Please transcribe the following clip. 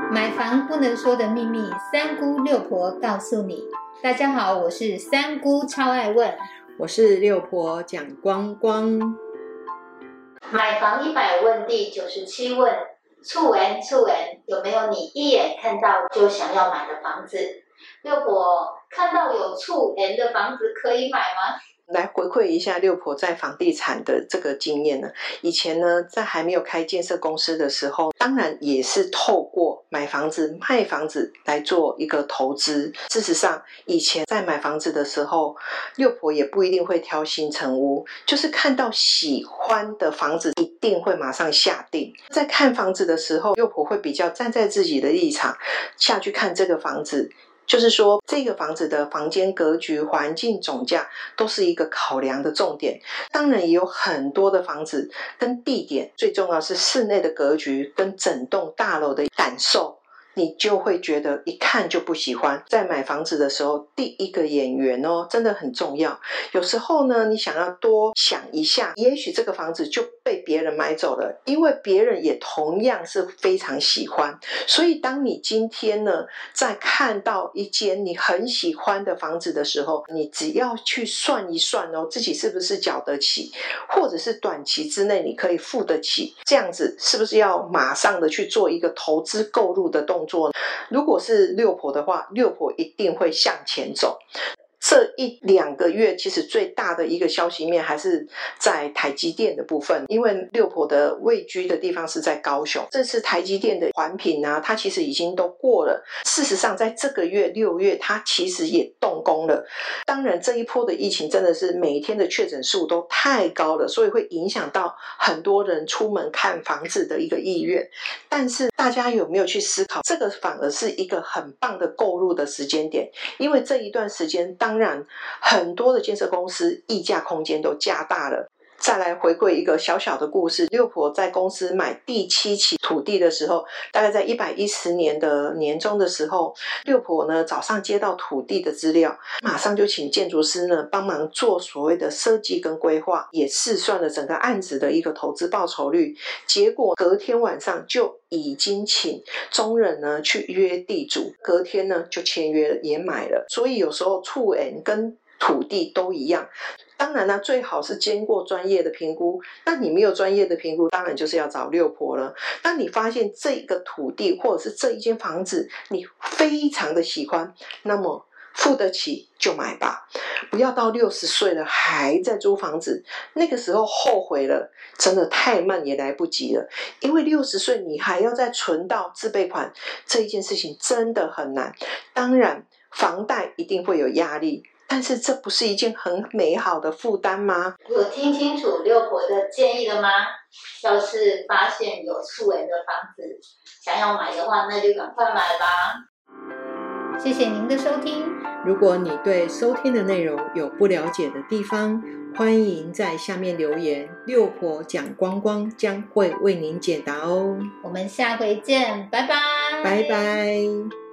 买房不能说的秘密，三姑六婆告诉你。大家好，我是三姑超爱问， 我是六婆蒋光光。 买房100问第97问，促缘有没有你一眼看到就想要买的房子？六婆看到有促缘的房子可以买吗？ 来回馈一下六婆在房地产的这个经验呢。以前呢，在还没有开建设公司的时候，当然也是透过买房子、卖房子来做一个投资。事实上，以前在买房子的时候，六婆也不一定会挑新成屋，就是看到喜欢的房子，一定会马上下定。在看房子的时候，六婆会比较站在自己的立场下去看这个房子。就是说，这个房子的房间格局、环境、总价都是一个考量的重点。当然也有很多的房子跟地点，最重要是室内的格局跟整栋大楼的感受，你就会觉得一看就不喜欢。在买房子的时候，第一个眼缘真的很重要。有时候呢，你想要多想一下，也许这个房子就被别人买走了，因为别人也同样是非常喜欢。所以当你今天呢，在看到一间你很喜欢的房子的时候，你只要去算一算自己是不是缴得起，或者是短期之内你可以付得起，这样子是不是要马上的去做一个投资购入的动作？如果是六婆的话，六婆一定会向前走。这1-2个月其实最大的一个消息面还是在台积电的部分，因为六婆的位居的地方是在高雄，这次台积电的环评它其实已经都过了。事实上在这个月6月它其实也动工了。当然这一波的疫情真的是每一天的确诊数都太高了，所以会影响到很多人出门看房子的一个意愿。但是大家有没有去思考，这个反而是一个很棒的购入的时间点，因为这一段时间当然很多的建设公司溢价空间都加大了。再来回馈一个小小的故事，六婆在公司买第7期土地的时候，大概在110年的年中的时候，六婆呢早上接到土地的资料，马上就请建筑师呢帮忙做所谓的设计跟规划，也试算了整个案子的一个投资报酬率。结果隔天晚上就已经请中人呢去约地主，隔天呢就签约了，也买了。所以有时候促缘跟土地都一样，当然呢最好是经过专业的评估，那你没有专业的评估，当然就是要找六婆了。当你发现这个土地或者是这一间房子你非常的喜欢，那么付得起就买吧，不要到60岁了还在租房子，那个时候后悔了真的太慢也来不及了。因为60岁你还要再存到自备款，这一件事情真的很难。当然房贷一定会有压力，但是这不是一件很美好的负担吗？ 有听清楚六婆的建议了吗？要是发现有促缘的房子想要买的话，那就赶快买吧。谢谢您的收听。 如果你对收听的内容有不了解的地方，欢迎在下面留言，六婆蒋光光将会为您解答哦。 我们下回见，拜拜。 拜拜。